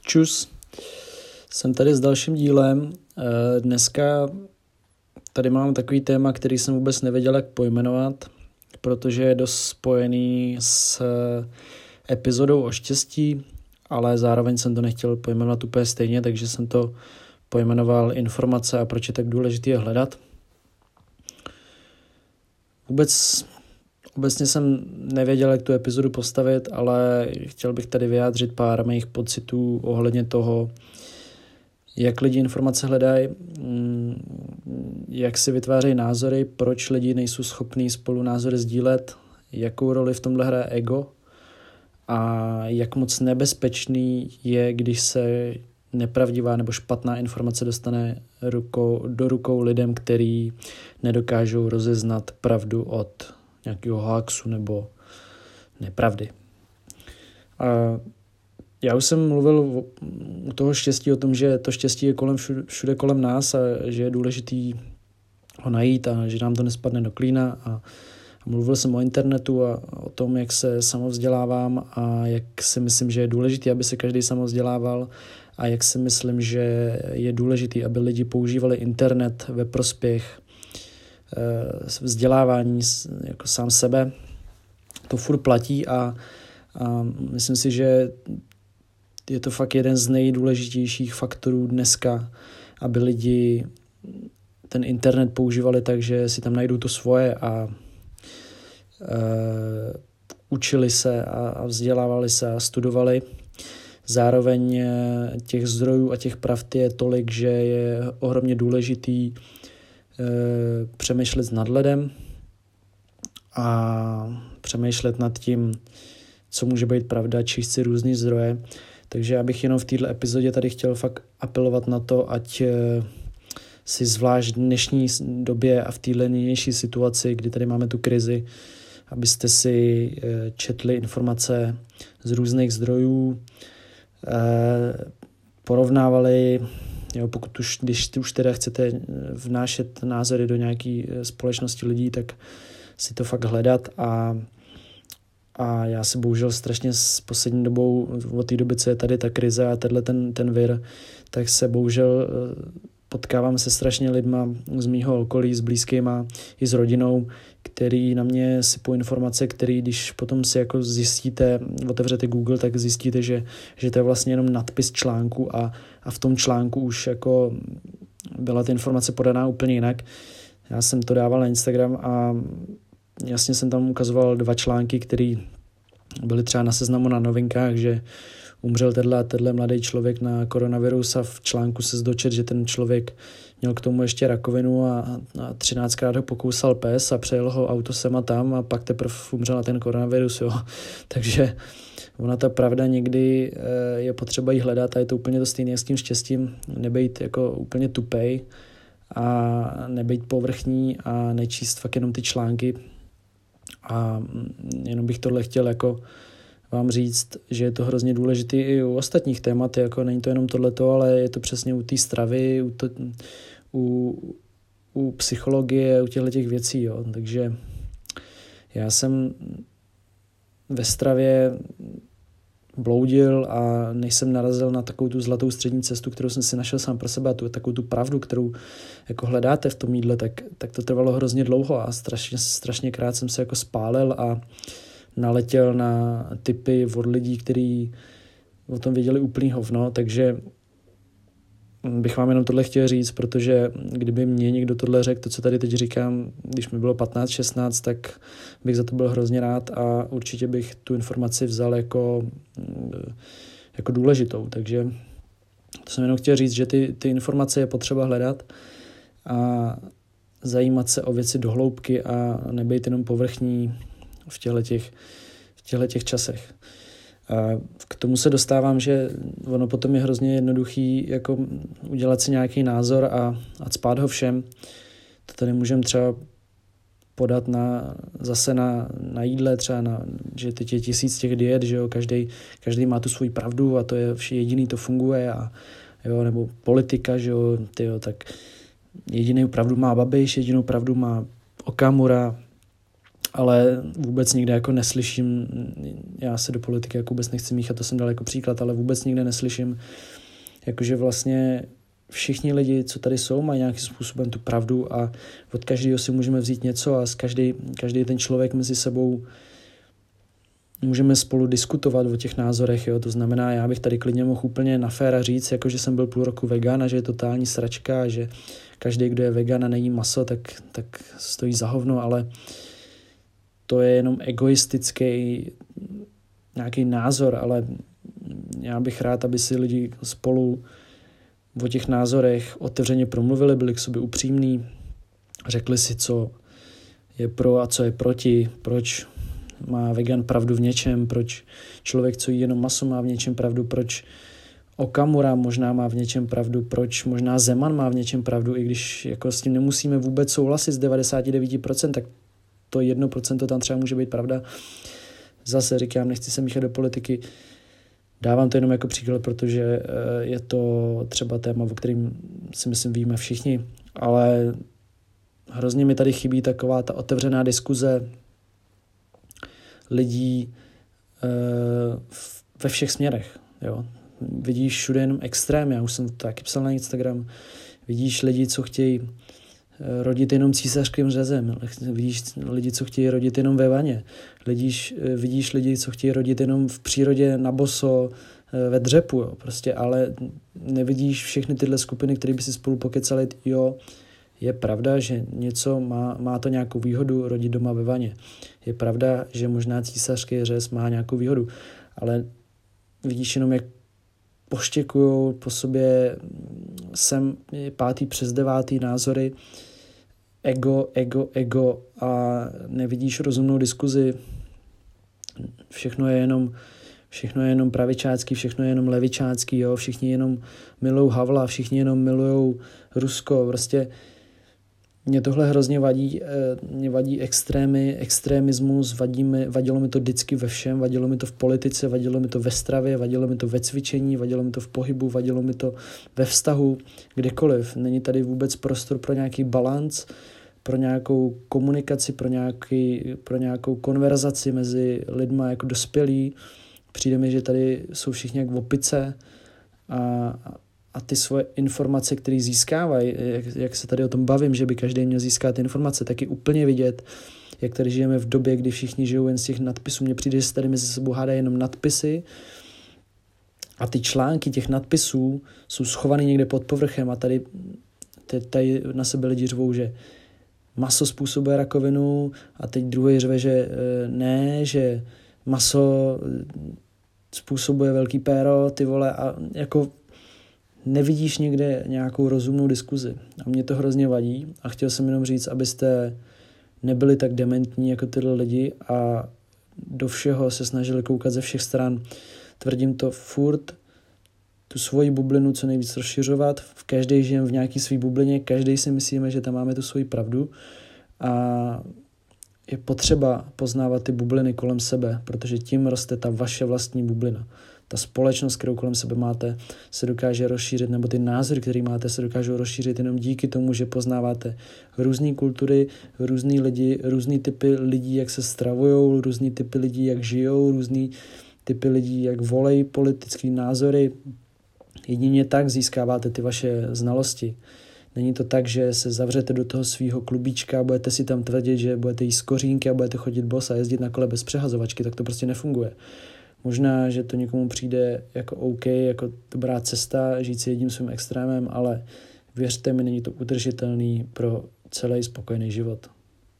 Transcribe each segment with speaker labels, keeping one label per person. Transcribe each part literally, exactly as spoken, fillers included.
Speaker 1: Čus, jsem tady s dalším dílem. Dneska tady mám takový téma, který jsem vůbec nevěděl, jak pojmenovat, protože je dost spojený s epizodou o štěstí, ale zároveň jsem to nechtěl pojmenovat úplně stejně, takže jsem to pojmenoval informace a proč je tak důležité je hledat. Vůbec Obecně jsem nevěděl, jak tu epizodu postavit, ale chtěl bych tady vyjádřit pár mých pocitů ohledně toho, jak lidi informace hledají, jak si vytvářejí názory, proč lidi nejsou schopní spolu názory sdílet, jakou roli v tomhle hraje ego a jak moc nebezpečný je, když se nepravdivá nebo špatná informace dostane rukou, do rukou lidem, který nedokážou rozeznat pravdu od nějakého hoaxu nebo nepravdy. A já už jsem mluvil u toho štěstí o tom, že to štěstí je kolem všude, všude kolem nás a že je důležitý ho najít a že nám to nespadne do klína. A, a mluvil jsem o internetu a o tom, jak se samovzdělávám a jak si myslím, že je důležitý, aby se každý samovzdělával a jak si myslím, že je důležitý, aby lidi používali internet ve prospěch vzdělávání jako sám sebe. To furt platí a, a myslím si, že je to fakt jeden z nejdůležitějších faktorů dneska, aby lidi ten internet používali tak, že si tam najdou to svoje a e, učili se a, a vzdělávali se a studovali. Zároveň těch zdrojů a těch pravd je tolik, že je ohromně důležitý přemýšlet s nadhledem a přemýšlet nad tím, co může být pravda, číst si různý zdroje. Takže já bych jenom v této epizodě tady chtěl fakt apelovat na to, ať si zvlášť v dnešní době a v této nynější situaci, kdy tady máme tu krizi, abyste si četli informace z různých zdrojů, porovnávali. Jo, pokud už, když už teda chcete vnášet názory do nějaké společnosti lidí, tak si to fakt hledat a, a já se bohužel strašně s poslední dobou, od té doby, co je tady ta krize a tenhle ten, ten vir, tak se bohužel potkávám se strašně lidma z mýho okolí, s blízkýma i s rodinou, který na mě sypou informace, který když potom si jako zjistíte, otevřete Google, tak zjistíte, že, že to je vlastně jenom nadpis článku a, a v tom článku už jako byla ta informace podaná úplně jinak. Já jsem to dával na Instagram a jasně jsem tam ukazoval dva články, které byly třeba na Seznamu na Novinkách, že umřel tenhle a tenhle mladý člověk na koronavirus a v článku se zdočet, že ten člověk měl k tomu ještě rakovinu a, a třináctkrát ho pokousal pes a přejel ho auto sem a tam a pak teprve umřel na ten koronavirus. Jo. Takže ona ta pravda někdy je potřeba jí hledat a je to úplně to stejné s tím štěstím. Nebejt jako úplně tupej a nebejt povrchní a nečíst fakt jenom ty články. A jenom bych tohle chtěl jako vám říct, že je to hrozně důležité i u ostatních témat, jako není to jenom tohleto, ale je to přesně u té stravy, u, to, u, u psychologie, u těchto těch věcí. Jo. Takže já jsem ve stravě bloudil a než jsem narazil na takovou tu zlatou střední cestu, kterou jsem si našel sám pro sebe a tu, takovou tu pravdu, kterou jako hledáte v tom jídle, tak, tak to trvalo hrozně dlouho a strašně, strašně krát jsem se jako spálil a naletěl na tipy od lidí, kteří o tom věděli úplný hovno, takže bych vám jenom tohle chtěl říct, protože kdyby mě někdo tohle řekl, to, co tady teď říkám, když mi bylo patnáct šestnáct, tak bych za to byl hrozně rád a určitě bych tu informaci vzal jako, jako důležitou. Takže to jsem jenom chtěl říct, že ty, ty informace je potřeba hledat a zajímat se o věci do hloubky a nebejt jenom povrchní v těchto těch, v těchto těch časech. A k tomu se dostávám, že ono potom je hrozně jednoduchý jako udělat si nějaký názor a, a cpát ho všem. To tady můžeme třeba podat na, zase na, na jídle, třeba na, že teď je tisíc těch diet, že jo, každý, každý má tu svoji pravdu a to je jediný, to funguje a jo, nebo politika, že jo, tyjo, tak jedinou pravdu má Babiš, jedinou pravdu má Okamura ale vůbec nikde jako neslyším, já se do politiky jako vůbec nechci míchat, to jsem dal jako příklad, ale vůbec nikde neslyším, jakože vlastně všichni lidi, co tady jsou, mají nějakým způsobem tu pravdu a od každého si můžeme vzít něco a z každý, každý ten člověk mezi sebou můžeme spolu diskutovat o těch názorech, jo? To znamená, já bych tady klidně mohl úplně na féra říct, jako že jsem byl půl roku vegan a že je totální sračka, že každý, kdo je vegan a nejí maso, tak, tak stojí za hovno, ale to je jenom egoistický nějaký názor, ale já bych rád, aby si lidi spolu o těch názorech otevřeně promluvili, byli k sobě upřímní, řekli si, co je pro a co je proti, proč má vegan pravdu v něčem, proč člověk, co jí jenom maso, má v něčem pravdu, proč Okamura možná má v něčem pravdu, proč možná Zeman má v něčem pravdu, i když jako s tím nemusíme vůbec souhlasit z devadesát devět procent, tak to jedno procento tam třeba může být pravda. Zase říkám, nechci se míchat do politiky, dávám to jenom jako příklad, protože je to třeba téma, o kterým si myslím víme všichni, ale hrozně mi tady chybí taková ta otevřená diskuze lidí ve všech směrech. Jo. Vidíš všude jenom extrém, já už jsem to taky psal na Instagram, vidíš lidi, co chtějí rodit jenom císařským řezem, vidíš lidi, co chtějí rodit jenom ve vaně, vidíš, vidíš lidi, co chtějí rodit jenom v přírodě na boso, ve dřepu, jo, prostě, ale nevidíš všechny tyhle skupiny, které by si spolu pokecali, jo, je pravda, že něco má, má to nějakou výhodu rodit doma ve vaně. Je pravda, že možná císařský řez má nějakou výhodu, ale vidíš jenom, jak poštěkujou po sobě sem pátý přes devátý názory, ego, ego, ego a nevidíš rozumnou diskuzi. Všechno je jenom, všechno je jenom pravičácký, všechno je jenom levičácký, jo? Všichni jenom milujou Havla, všichni jenom milujou Rusko, prostě mě tohle hrozně vadí, mě vadí extrémy, extrémismus, vadí mi, vadilo mi to vždycky ve všem, vadilo mi to v politice, vadilo mi to ve stravě, vadilo mi to ve cvičení, vadilo mi to v pohybu, vadilo mi to ve vztahu, kdekoliv. Není tady vůbec prostor pro nějaký balanc, pro nějakou komunikaci, pro, nějaký, pro nějakou konverzaci mezi lidma jako dospělí. Přijde mi, že tady jsou všichni jak v opice a a ty svoje informace, které získávají, jak, jak se tady o tom bavím, že by každý měl získat informace, tak je úplně vidět, jak tady žijeme v době, kdy všichni žijou jen z těch nadpisů. Mně přijde, že se tady mezi sebou hádají jenom nadpisy a ty články těch nadpisů jsou schovaný někde pod povrchem a tady, tady, tady na sebe lidi řvou, že maso způsobuje rakovinu a teď druhý řve, že ne, že maso způsobuje velký péro, ty vole, a jako nevidíš někde nějakou rozumnou diskuzi. A mě to hrozně vadí a chtěl jsem jenom říct, abyste nebyli tak dementní jako tyhle lidi a do všeho se snažili koukat ze všech stran. Tvrdím to furt, tu svoji bublinu co nejvíc rozšiřovat. V každý žijeme v nějaký svý bublině, každý si myslíme, že tam máme tu svoji pravdu a je potřeba poznávat ty bubliny kolem sebe, protože tím roste ta vaše vlastní bublina. Ta společnost, kterou kolem sebe máte, se dokáže rozšířit, nebo ty názory, které máte, se dokážou rozšířit jenom díky tomu, že poznáváte různé kultury, různý lidi, různý typy lidí, jak se stravujou, různý typy lidí, jak žijou, různý typy lidí, jak volejí politické názory. Jedině tak získáváte ty vaše znalosti. Není to tak, že se zavřete do toho svého klubíčka a budete si tam tvrdit, že budete jíst kořínky a budete chodit bos a jezdit na kole bez přehazovačky, tak to prostě nefunguje. Možná, že to někomu přijde jako OK, jako dobrá cesta, žít si jedním svým extrémem, ale věřte mi, není to udržitelný pro celý spokojený život.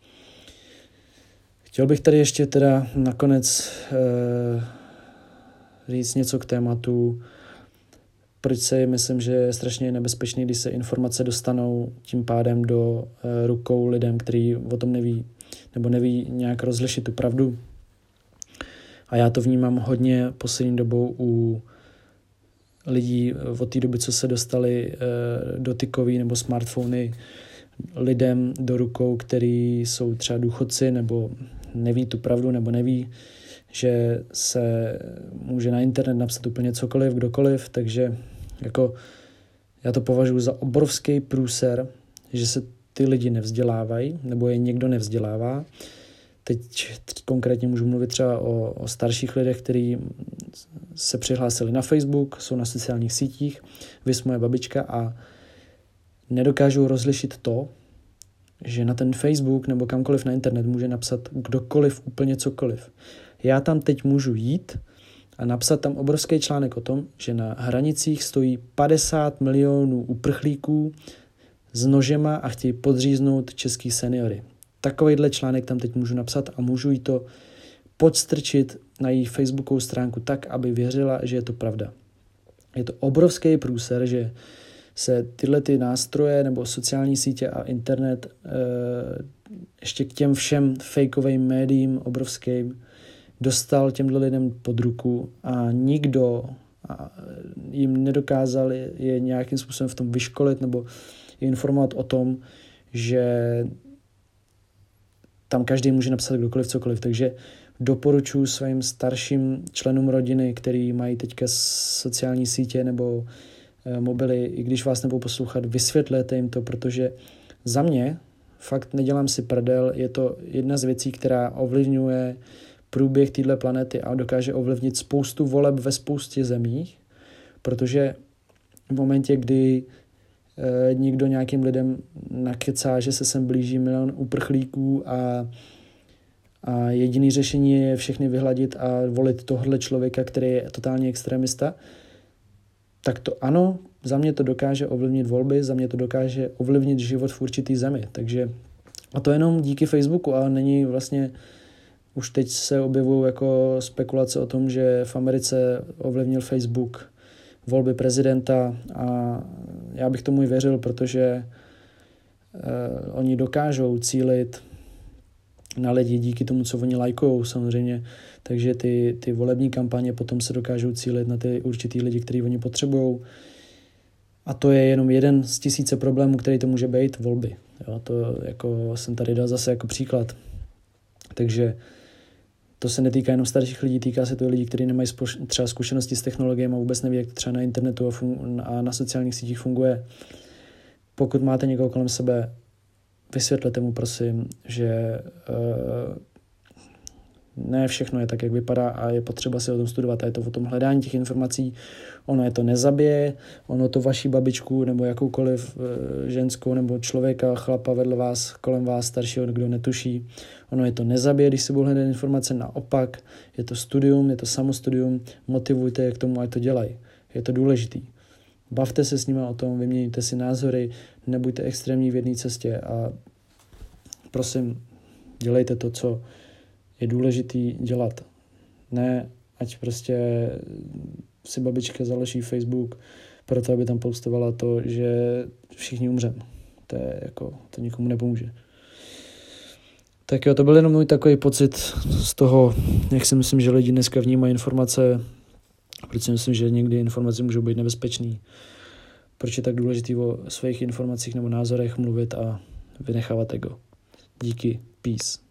Speaker 1: Chtěl bych tady ještě teda nakonec eh, říct něco k tématu, proč si myslím, že je strašně nebezpečný, když se informace dostanou tím pádem do eh, rukou lidem, kteří o tom neví, nebo neví nějak rozlišit tu pravdu. A já to vnímám hodně poslední dobou u lidí od té doby, co se dostali e, dotykový nebo smartfony lidem do rukou, který jsou třeba důchodci nebo neví tu pravdu nebo neví, že se může na internet napsat úplně cokoliv, kdokoliv, takže jako já to považuji za obrovský průser, že se ty lidi nevzdělávají nebo je někdo nevzdělává, teď konkrétně můžu mluvit třeba o, o starších lidech, kteří se přihlásili na Facebook, jsou na sociálních sítích, vys moje babička a nedokážou rozlišit to, že na ten Facebook nebo kamkoliv na internet může napsat kdokoliv úplně cokoliv. Já tam teď můžu jít a napsat tam obrovský článek o tom, že na hranicích stojí padesát milionů uprchlíků s nožema a chtějí podříznout český seniory. Takovýhle článek tam teď můžu napsat a můžu jí to podstrčit na její facebookovou stránku tak, aby věřila, že je to pravda. Je to obrovský průser, že se tyhle ty nástroje nebo sociální sítě a internet e, ještě k těm všem fakeovým médiím obrovským dostal těmhle lidem pod ruku a nikdo jim nedokázal je nějakým způsobem v tom vyškolit nebo informovat o tom, že tam každý může napsat kdokoliv cokoliv. Takže doporučuji svým starším členům rodiny, který mají teďka sociální sítě nebo e, mobily, i když vás nebudou poslouchat, vysvětlete jim to, protože za mě, fakt nedělám si prdel, je to jedna z věcí, která ovlivňuje průběh téhle planety a dokáže ovlivnit spoustu voleb ve spoustě zemích, protože v momentě, kdy e, někdo nějakým lidem nakecá, že se sem blíží milion uprchlíků a, a jediný řešení je všechny vyhladit a volit tohle člověka, který je totální extremista, tak to ano, za mě to dokáže ovlivnit volby, za mě to dokáže ovlivnit život v určitý zemi. Takže a to jenom díky Facebooku, ale není vlastně. Už teď se objevují jako spekulace o tom, že v Americe ovlivnil Facebook volby prezidenta a já bych tomu i věřil, protože eh, oni dokážou cílit na lidi díky tomu, co oni lajkujou samozřejmě, takže ty, ty volební kampaně potom se dokážou cílit na ty určitý lidi, který oni potřebují. A to je jenom jeden z tisíce problémů, který to může být, volby. Jo, to jako jsem tady dal zase jako příklad. Takže to se netýká jenom starších lidí, týká se to lidí, kteří nemají spoš- třeba zkušenosti s technologiemi a vůbec neví, jak to třeba na internetu a, fun- a na sociálních sítích funguje. Pokud máte někoho kolem sebe, vysvětlete mu prosím, že uh, ne všechno je tak, jak vypadá a je potřeba si o tom studovat a je to o tom hledání těch informací. Ono je to nezabije, ono to vaší babičku nebo jakoukoliv uh, ženskou nebo člověka, chlapa vedle vás, kolem vás, staršího, kdo netuší. Ono je to nezabije, když si budou hledat informace, naopak. Je to studium, je to samostudium, motivujte je k tomu, ať to dělají. Je to důležitý. Bavte se s nimi o tom, vyměňujte si názory, nebuďte extrémní v jedné cestě a prosím, dělejte to, co je důležitý dělat. Ne, ať prostě si babička založí Facebook, proto aby tam postovala to, že všichni umřeme. To je jako, to nikomu nepomůže. Tak jo, to byl jenom můj takový pocit z toho, jak si myslím, že lidi dneska vnímají informace, proč si myslím, že někdy informace můžou být nebezpečný, proč je tak důležitý o svých informacích nebo názorech mluvit a vynechávat ego. Díky, peace.